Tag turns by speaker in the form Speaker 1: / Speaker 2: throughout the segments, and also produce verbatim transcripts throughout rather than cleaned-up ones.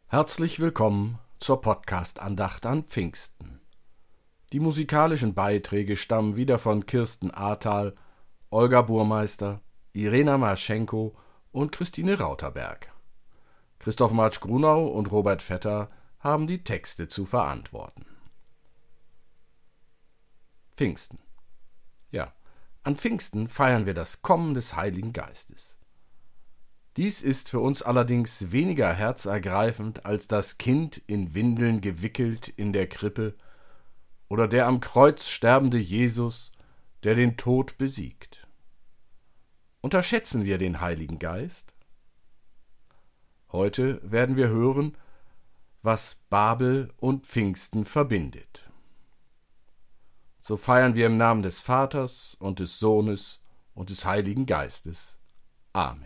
Speaker 1: Herzlich willkommen zur Podcast-Andacht an Pfingsten. Die musikalischen Beiträge stammen wieder von Kirsten Ahrtal, Olga Burmeister, Irena Marschenko und Christine Rauterberg. Christoph Marsch-Grunau und Robert Vetter haben die Texte zu verantworten. Pfingsten. Ja, an Pfingsten feiern wir das Kommen des Heiligen Geistes. Dies ist für uns allerdings weniger herzergreifend als das Kind in Windeln gewickelt in der Krippe oder der am Kreuz sterbende Jesus, der den Tod besiegt. Unterschätzen wir den Heiligen Geist? Heute werden wir hören, was Babel und Pfingsten verbindet. So feiern wir im Namen des Vaters und des Sohnes und des Heiligen Geistes. Amen.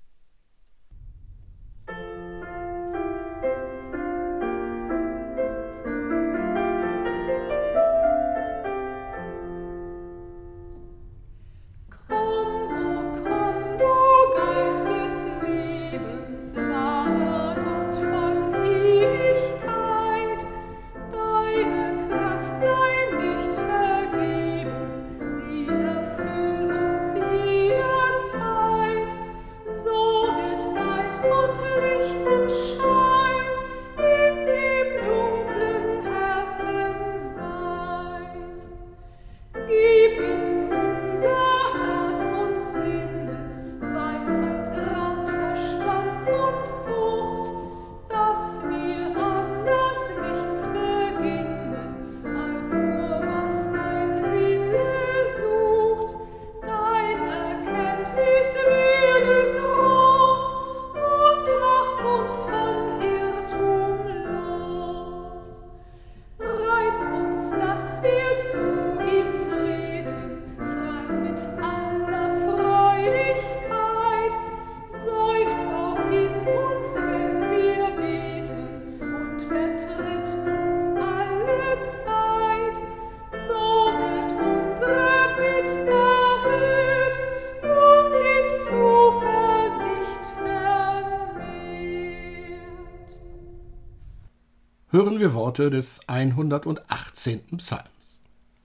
Speaker 1: Hören wir Worte des hundertachtzehnten Psalms.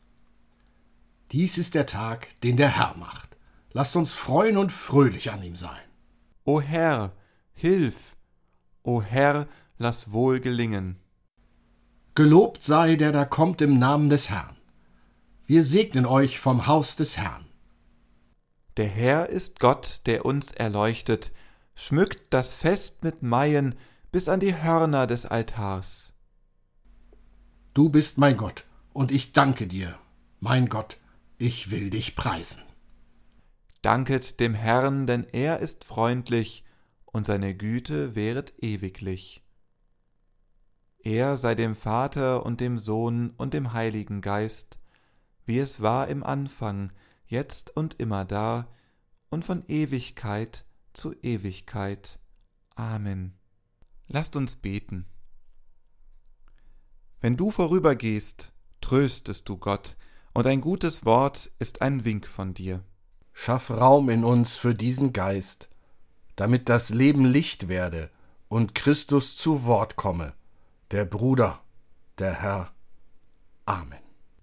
Speaker 1: Dies ist der Tag, den der Herr macht. Lasst uns freuen und fröhlich an ihm sein.
Speaker 2: O Herr, hilf! O Herr, lass wohl gelingen.
Speaker 1: Gelobt sei, der da kommt im Namen des Herrn. Wir segnen euch vom Haus des Herrn.
Speaker 2: Der Herr ist Gott, der uns erleuchtet, schmückt das Fest mit Maien bis an die Hörner des Altars.
Speaker 1: Du bist mein Gott, und ich danke dir, mein Gott, ich will dich preisen.
Speaker 2: Danket dem Herrn, denn er ist freundlich, und seine Güte währet ewiglich. Er sei dem Vater und dem Sohn und dem Heiligen Geist, wie es war im Anfang, jetzt und immerdar und von Ewigkeit zu Ewigkeit. Amen. Lasst uns beten. Wenn du vorübergehst, tröstest du Gott, und ein gutes Wort ist ein Wink von dir.
Speaker 1: Schaff Raum in uns für diesen Geist, damit das Leben Licht werde und Christus zu Wort komme, der Bruder, der Herr. Amen.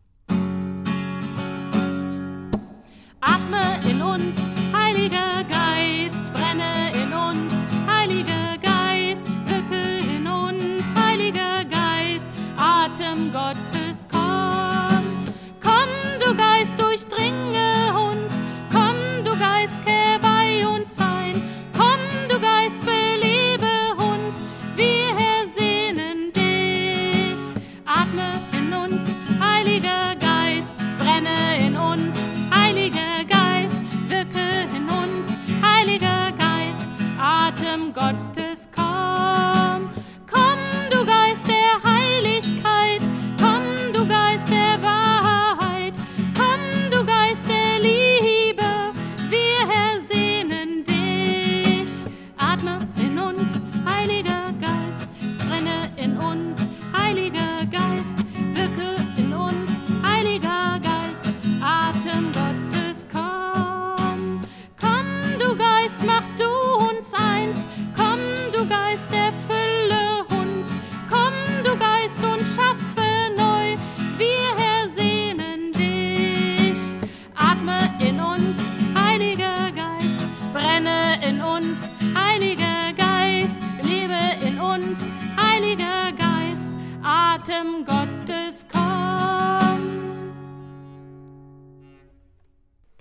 Speaker 3: Atme in uns, Heiliger Geist, brenne in uns, Heiliger Geist, wirke in uns, Heiliger Geist, Atem Gottes, komm. Komm, du Geist, durchdringe uns, komm, du Geist, kehr bei uns ein, komm, du Geist, belebe uns, wir ersehnen dich. Atme in uns, Heiliger Geist, brenne in uns, Heiliger Geist, wirke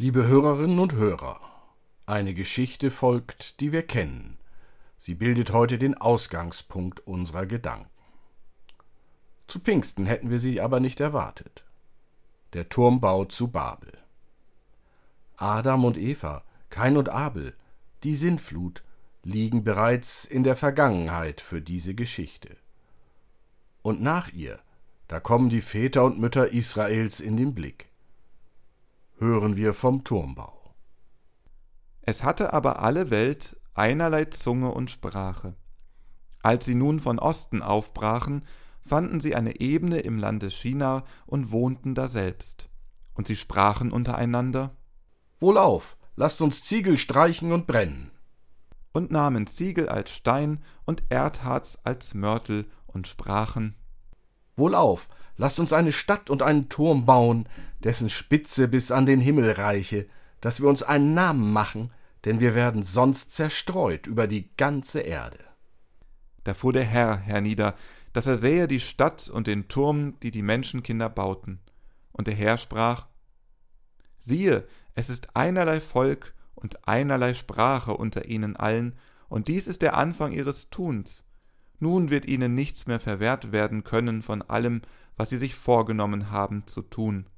Speaker 1: Liebe Hörerinnen und Hörer, eine Geschichte folgt, die wir kennen. Sie bildet heute den Ausgangspunkt unserer Gedanken. Zu Pfingsten hätten wir sie aber nicht erwartet. Der Turmbau zu Babel. Adam und Eva, Kain und Abel, die Sintflut liegen bereits in der Vergangenheit für diese Geschichte. Und nach ihr, da kommen die Väter und Mütter Israels in den Blick. Hören wir vom Turmbau.
Speaker 2: Es hatte aber alle Welt einerlei Zunge und Sprache. Als sie nun von Osten aufbrachen, fanden sie eine Ebene im Lande Shinar und wohnten daselbst. Und sie sprachen untereinander:
Speaker 1: Wohlauf, lasst uns Ziegel streichen und brennen.
Speaker 2: Und nahmen Ziegel als Stein und Erdharz als Mörtel und sprachen:
Speaker 1: Wohlauf, lasst uns eine Stadt und einen Turm bauen, dessen Spitze bis an den Himmel reiche, dass wir uns einen Namen machen, denn wir werden sonst zerstreut über die ganze Erde.
Speaker 2: Da fuhr der Herr hernieder, dass er sähe die Stadt und den Turm, die die Menschenkinder bauten. Und der Herr sprach: Siehe, es ist einerlei Volk und einerlei Sprache unter ihnen allen, und dies ist der Anfang ihres Tuns. Nun wird ihnen nichts mehr verwehrt werden können von allem, was sie sich vorgenommen haben zu tun.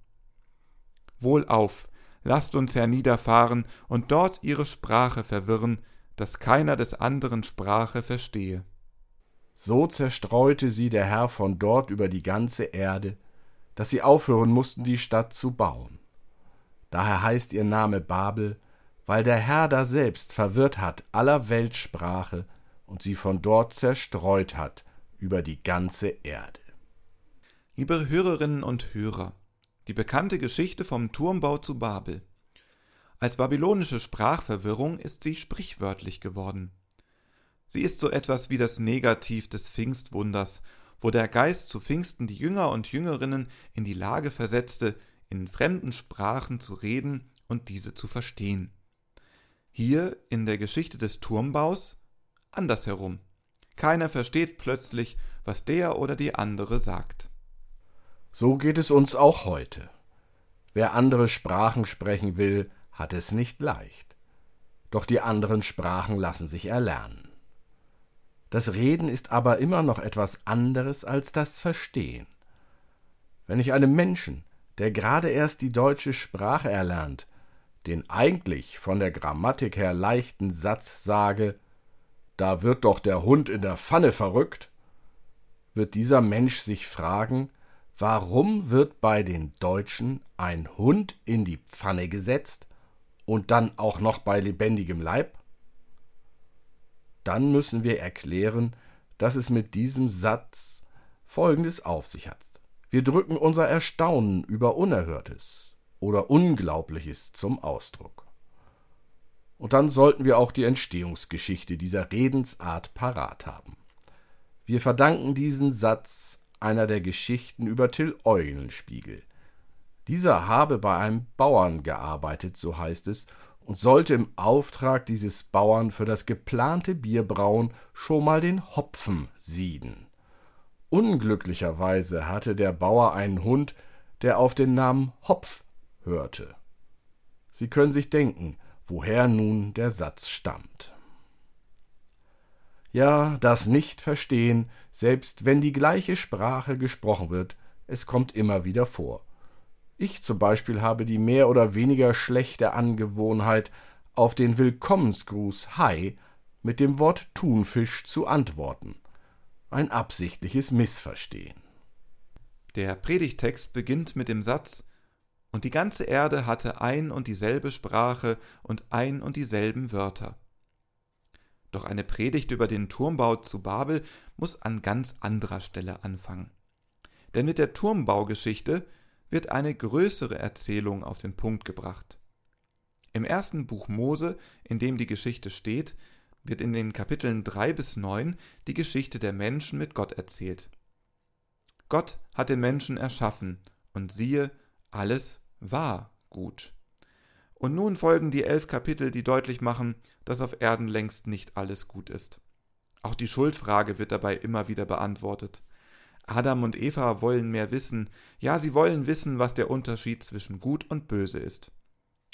Speaker 2: Wohlauf, lasst uns herniederfahren und dort ihre Sprache verwirren, dass keiner des anderen Sprache verstehe.
Speaker 1: So zerstreute sie der Herr von dort über die ganze Erde, dass sie aufhören mussten, die Stadt zu bauen. Daher heißt ihr Name Babel, weil der Herr daselbst verwirrt hat aller Weltsprache und sie von dort zerstreut hat über die ganze Erde.
Speaker 2: Liebe Hörerinnen und Hörer, die bekannte Geschichte vom Turmbau zu Babel. Als babylonische Sprachverwirrung ist sie sprichwörtlich geworden. Sie ist so etwas wie das Negativ des Pfingstwunders, wo der Geist zu Pfingsten die Jünger und Jüngerinnen in die Lage versetzte, in fremden Sprachen zu reden und diese zu verstehen. Hier in der Geschichte des Turmbaus andersherum. Keiner versteht plötzlich, was der oder die andere sagt.
Speaker 1: So geht es uns auch heute. Wer andere Sprachen sprechen will, hat es nicht leicht. Doch die anderen Sprachen lassen sich erlernen. Das Reden ist aber immer noch etwas anderes als das Verstehen. Wenn ich einem Menschen, der gerade erst die deutsche Sprache erlernt, den eigentlich von der Grammatik her leichten Satz sage: Da wird doch der Hund in der Pfanne verrückt, wird dieser Mensch sich fragen, warum wird bei den Deutschen ein Hund in die Pfanne gesetzt und dann auch noch bei lebendigem Leib? Dann müssen wir erklären, dass es mit diesem Satz Folgendes auf sich hat. Wir drücken unser Erstaunen über Unerhörtes oder Unglaubliches zum Ausdruck. Und dann sollten wir auch die Entstehungsgeschichte dieser Redensart parat haben. Wir verdanken diesen Satz einer der Geschichten über Till Eulenspiegel. Dieser habe bei einem Bauern gearbeitet, so heißt es, und sollte im Auftrag dieses Bauern für das geplante Bierbrauen schon mal den Hopfen sieden. Unglücklicherweise hatte der Bauer einen Hund, der auf den Namen Hopf hörte. Sie können sich denken, woher nun der Satz stammt. Ja, das Nicht-Verstehen, selbst wenn die gleiche Sprache gesprochen wird, es kommt immer wieder vor. Ich zum Beispiel habe die mehr oder weniger schlechte Angewohnheit, auf den Willkommensgruß Hi mit dem Wort Thunfisch zu antworten. Ein absichtliches Missverstehen.
Speaker 2: Der Predigtext beginnt mit dem Satz: Und die ganze Erde hatte ein und dieselbe Sprache und ein und dieselben Wörter. Doch eine Predigt über den Turmbau zu Babel muss an ganz anderer Stelle anfangen. Denn mit der Turmbaugeschichte wird eine größere Erzählung auf den Punkt gebracht. Im ersten Buch Mose, in dem die Geschichte steht, wird in den Kapiteln drei bis neun die Geschichte der Menschen mit Gott erzählt. Gott hat den Menschen erschaffen, und siehe, alles war gut. Und nun folgen die elf Kapitel, die deutlich machen, dass auf Erden längst nicht alles gut ist. Auch die Schuldfrage wird dabei immer wieder beantwortet. Adam und Eva wollen mehr wissen, ja, sie wollen wissen, was der Unterschied zwischen Gut und Böse ist.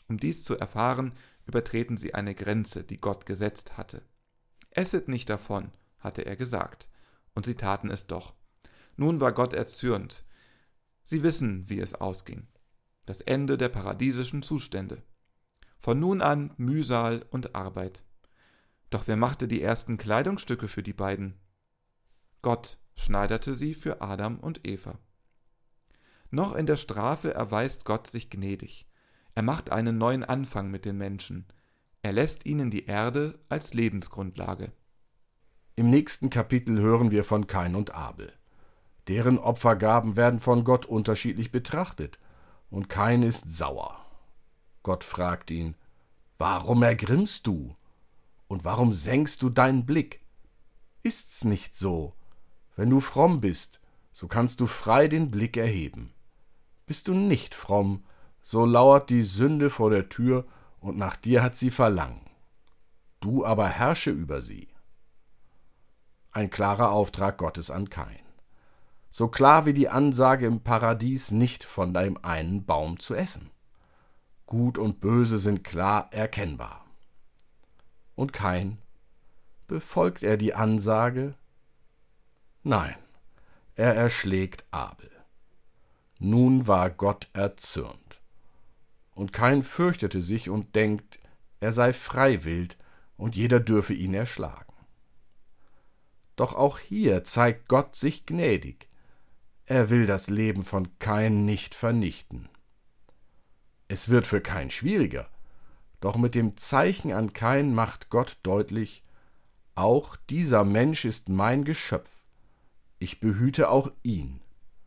Speaker 2: Um dies zu erfahren, übertreten sie eine Grenze, die Gott gesetzt hatte. Esset nicht davon, hatte er gesagt, und sie taten es doch. Nun war Gott erzürnt. Sie wissen, wie es ausging. Das Ende der paradiesischen Zustände. Von nun an Mühsal und Arbeit. Doch wer machte die ersten Kleidungsstücke für die beiden? Gott schneiderte sie für Adam und Eva. Noch in der Strafe erweist Gott sich gnädig. Er macht einen neuen Anfang mit den Menschen. Er lässt ihnen die Erde als Lebensgrundlage.
Speaker 1: Im nächsten Kapitel hören wir von Kain und Abel. Deren Opfergaben werden von Gott unterschiedlich betrachtet, und Kain ist sauer. Gott fragt ihn: Warum ergrimmst du? Und warum senkst du deinen Blick? Ist's nicht so? Wenn du fromm bist, so kannst du frei den Blick erheben. Bist du nicht fromm, so lauert die Sünde vor der Tür, und nach dir hat sie Verlangen. Du aber herrsche über sie. Ein klarer Auftrag Gottes an Kain. So klar wie die Ansage im Paradies, nicht von dem einen Baum zu essen. Gut und Böse sind klar erkennbar. Und Kain, befolgt er die Ansage? Nein, er erschlägt Abel. Nun war Gott erzürnt. Und Kain fürchtete sich und denkt, er sei freiwillig und jeder dürfe ihn erschlagen. Doch auch hier zeigt Gott sich gnädig. Er will das Leben von Kain nicht vernichten. Es wird für Kain schwieriger, doch mit dem Zeichen an Kain macht Gott deutlich: Auch dieser Mensch ist mein Geschöpf, ich behüte auch ihn.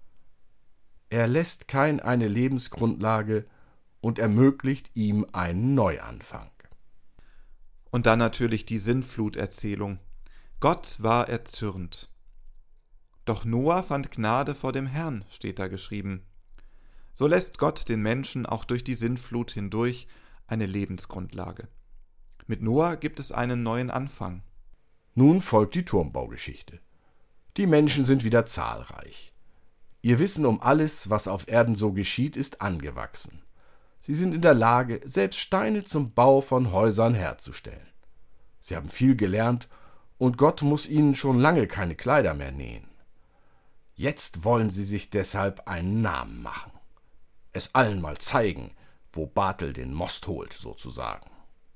Speaker 1: Er lässt Kain eine Lebensgrundlage und ermöglicht ihm einen Neuanfang.
Speaker 2: Und dann natürlich die Sintfluterzählung. Gott war erzürnt. Doch Noah fand Gnade vor dem Herrn, steht da geschrieben. So lässt Gott den Menschen auch durch die Sintflut hindurch eine Lebensgrundlage. Mit Noah gibt es einen neuen Anfang.
Speaker 1: Nun folgt die Turmbaugeschichte. Die Menschen sind wieder zahlreich. Ihr Wissen um alles, was auf Erden so geschieht, ist angewachsen. Sie sind in der Lage, selbst Steine zum Bau von Häusern herzustellen. Sie haben viel gelernt, und Gott muss ihnen schon lange keine Kleider mehr nähen. Jetzt wollen sie sich deshalb einen Namen machen. Es allen mal zeigen, wo Bartel den Most holt, sozusagen.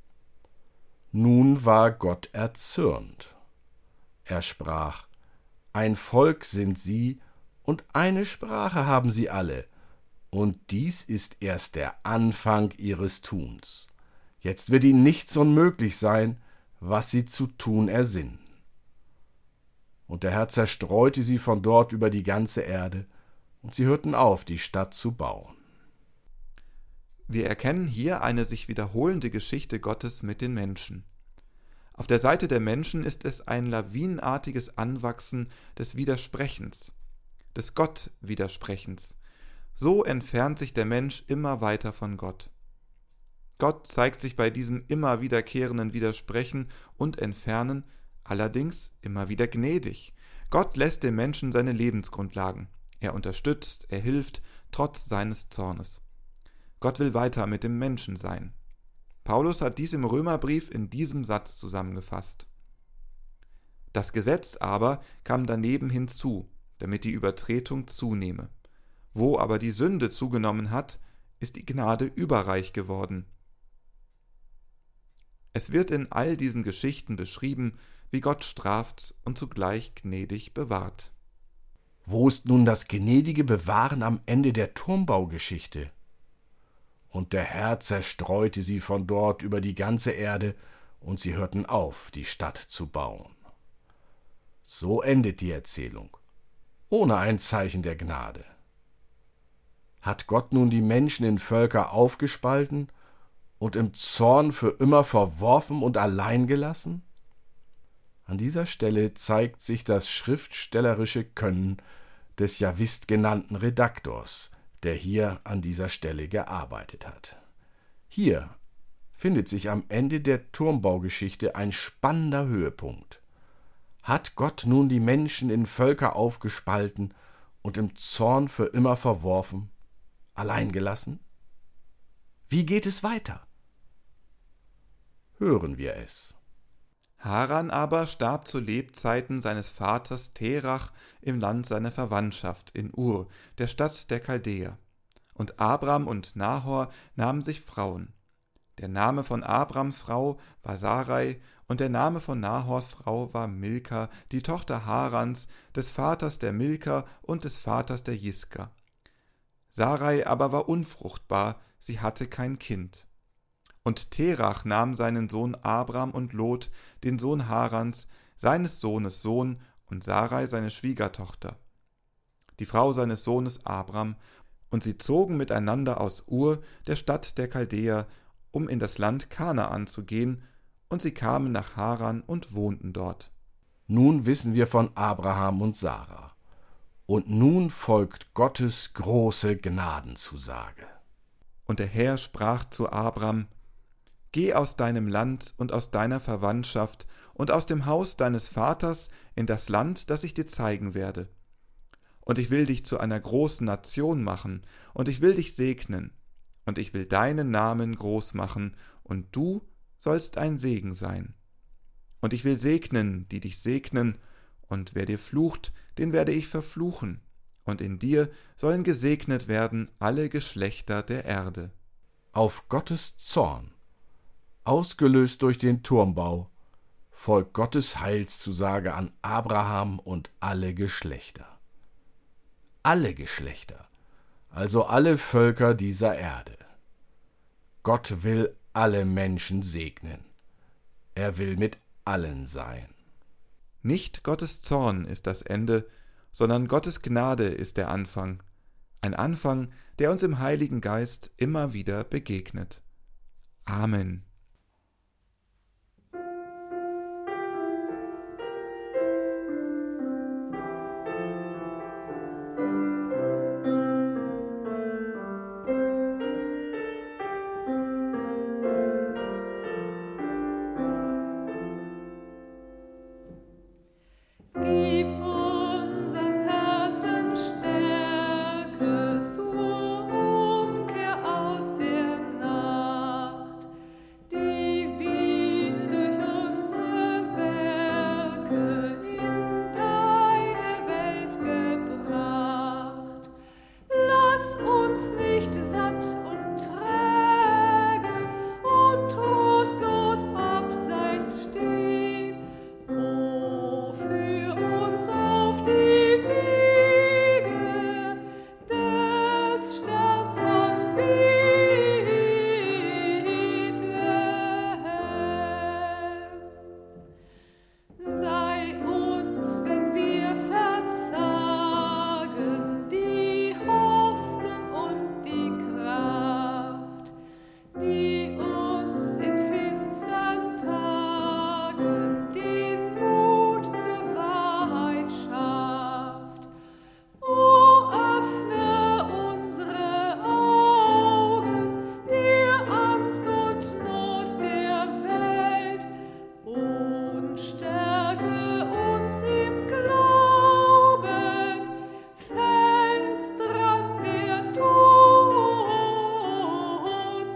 Speaker 1: Nun war Gott erzürnt. Er sprach: Ein Volk sind sie, und eine Sprache haben sie alle, und dies ist erst der Anfang ihres Tuns. Jetzt wird ihnen nichts unmöglich sein, was sie zu tun ersinnen. Und der Herr zerstreute sie von dort über die ganze Erde, und sie hörten auf, die Stadt zu bauen.
Speaker 2: Wir erkennen hier eine sich wiederholende Geschichte Gottes mit den Menschen. Auf der Seite der Menschen ist es ein lawinenartiges Anwachsen des Widersprechens, des Gott-Widersprechens. So entfernt sich der Mensch immer weiter von Gott. Gott zeigt sich bei diesem immer wiederkehrenden Widersprechen und Entfernen allerdings immer wieder gnädig. Gott lässt dem Menschen seine Lebensgrundlagen. Er unterstützt, er hilft, trotz seines Zornes. Gott will weiter mit dem Menschen sein. Paulus hat dies im Römerbrief in diesem Satz zusammengefasst. Das Gesetz aber kam daneben hinzu, damit die Übertretung zunehme. Wo aber die Sünde zugenommen hat, ist die Gnade überreich geworden. Es wird in all diesen Geschichten beschrieben, wie Gott straft und zugleich gnädig bewahrt.
Speaker 1: Wo ist nun das gnädige Bewahren am Ende der Turmbaugeschichte? Und der Herr zerstreute sie von dort über die ganze Erde, und sie hörten auf, die Stadt zu bauen. So endet die Erzählung, ohne ein Zeichen der Gnade. Hat Gott nun die Menschen in Völker aufgespalten und im Zorn für immer verworfen und allein gelassen? An dieser Stelle zeigt sich das schriftstellerische Können des Jahwist genannten Redaktors, der hier an dieser Stelle gearbeitet hat. Hier findet sich am Ende der Turmbaugeschichte ein spannender Höhepunkt. Hat Gott nun die Menschen in Völker aufgespalten und im Zorn für immer verworfen, allein gelassen? Wie geht es weiter? Hören wir es.
Speaker 2: Haran aber starb zu Lebzeiten seines Vaters Terach im Land seiner Verwandtschaft in Ur, der Stadt der Chaldäer. Und Abram und Nahor nahmen sich Frauen. Der Name von Abrams Frau war Sarai, und der Name von Nahors Frau war Milka, die Tochter Harans, des Vaters der Milka und des Vaters der Jiska. Sarai aber war unfruchtbar, sie hatte kein Kind. Und Terach nahm seinen Sohn Abram und Lot, den Sohn Harans, seines Sohnes Sohn, und Sarai seine Schwiegertochter, die Frau seines Sohnes Abram, und sie zogen miteinander aus Ur, der Stadt der Chaldäer, um in das Land Kanaan zu gehen, und sie kamen nach Haran und wohnten dort.
Speaker 1: Nun wissen wir von Abraham und Sarah. Und nun folgt Gottes große Gnadenzusage.
Speaker 2: Und der Herr sprach zu Abram: Geh aus deinem Land und aus deiner Verwandtschaft und aus dem Haus deines Vaters in das Land, das ich dir zeigen werde. Und ich will dich zu einer großen Nation machen, und ich will dich segnen, und ich will deinen Namen groß machen, und du sollst ein Segen sein. Und ich will segnen, die dich segnen, und wer dir flucht, den werde ich verfluchen, und in dir sollen gesegnet werden alle Geschlechter der Erde.
Speaker 1: Auf Gottes Zorn, ausgelöst durch den Turmbau, folgt Gottes Heilszusage an Abraham und alle Geschlechter. Alle Geschlechter, also alle Völker dieser Erde. Gott will alle Menschen segnen. Er will mit allen sein.
Speaker 2: Nicht Gottes Zorn ist das Ende, sondern Gottes Gnade ist der Anfang. Ein Anfang, der uns im Heiligen Geist immer wieder begegnet. Amen.
Speaker 3: Gib unseren Herzen Stärke zur Umkehr aus der Nacht, die wir durch unsere Werke in deine Welt gebracht. Lass uns nicht satt und träge und trostlos abseits stehen. O, führ uns auf die Wege des Sterns von Bethlehem. Sei uns, wenn wir verzagen, die Hoffnung und die Kraft, die uns in finstern Tagen den Mut zur Wahrheit schafft. O, öffne unsere Augen der Angst und Not der Welt und stärke uns im Glauben, Felsdrang der Tod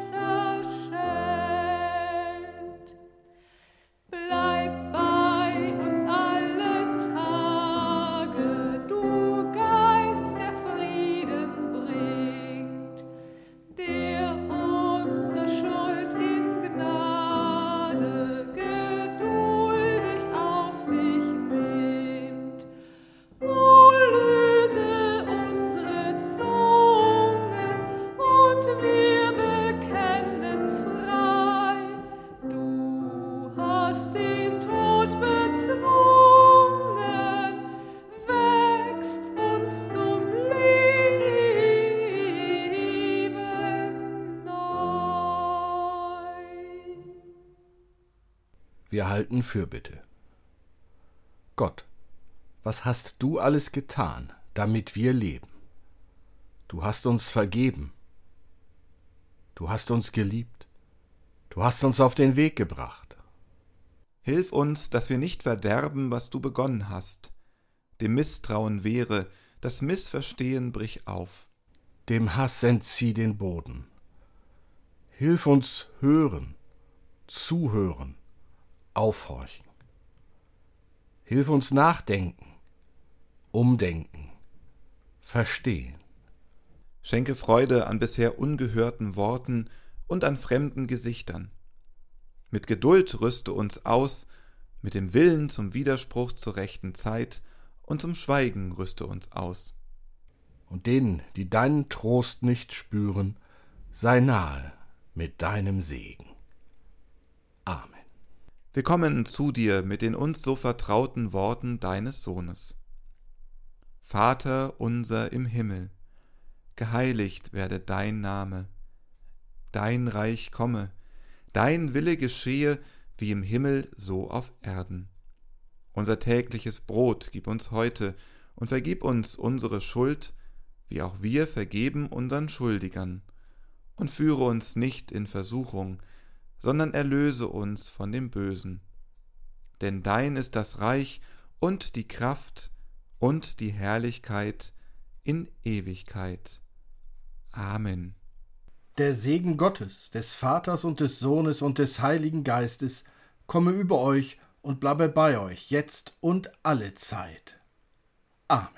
Speaker 3: zerschellt. Bleib bei uns alle Tage, du Geist, der Frieden bringt, der unsere Schuld in Gnade geduldig auf sich nimmt. O, löse unsere Zungen und wir bekennen frei, du hast den Tod bezwungen, wächst uns zum Leben neu.
Speaker 1: Wir halten Fürbitte. Gott, was hast du alles getan, damit wir leben? Du hast uns vergeben. Du hast uns geliebt. Du hast uns auf den Weg gebracht.
Speaker 2: Hilf uns, dass wir nicht verderben, was du begonnen hast. Dem Misstrauen wehre, das Missverstehen brich auf.
Speaker 1: Dem Hass entzieh den Boden. Hilf uns hören, zuhören, aufhorchen. Hilf uns nachdenken, umdenken, verstehen.
Speaker 2: Schenke Freude an bisher ungehörten Worten und an fremden Gesichtern. Mit Geduld rüste uns aus, mit dem Willen zum Widerspruch zur rechten Zeit und zum Schweigen rüste uns aus.
Speaker 1: Und denen, die deinen Trost nicht spüren, sei nahe mit deinem Segen. Amen.
Speaker 2: Wir kommen zu dir mit den uns so vertrauten Worten deines Sohnes. Vater unser im Himmel, geheiligt werde dein Name, dein Reich komme, dein Wille geschehe, wie im Himmel so auf Erden. Unser tägliches Brot gib uns heute und vergib uns unsere Schuld, wie auch wir vergeben unseren Schuldigern. Und führe uns nicht in Versuchung, sondern erlöse uns von dem Bösen. Denn dein ist das Reich und die Kraft und die Herrlichkeit in Ewigkeit. Amen.
Speaker 1: Der Segen Gottes, des Vaters und des Sohnes und des Heiligen Geistes komme über euch und bleibe bei euch, jetzt und alle Zeit. Amen.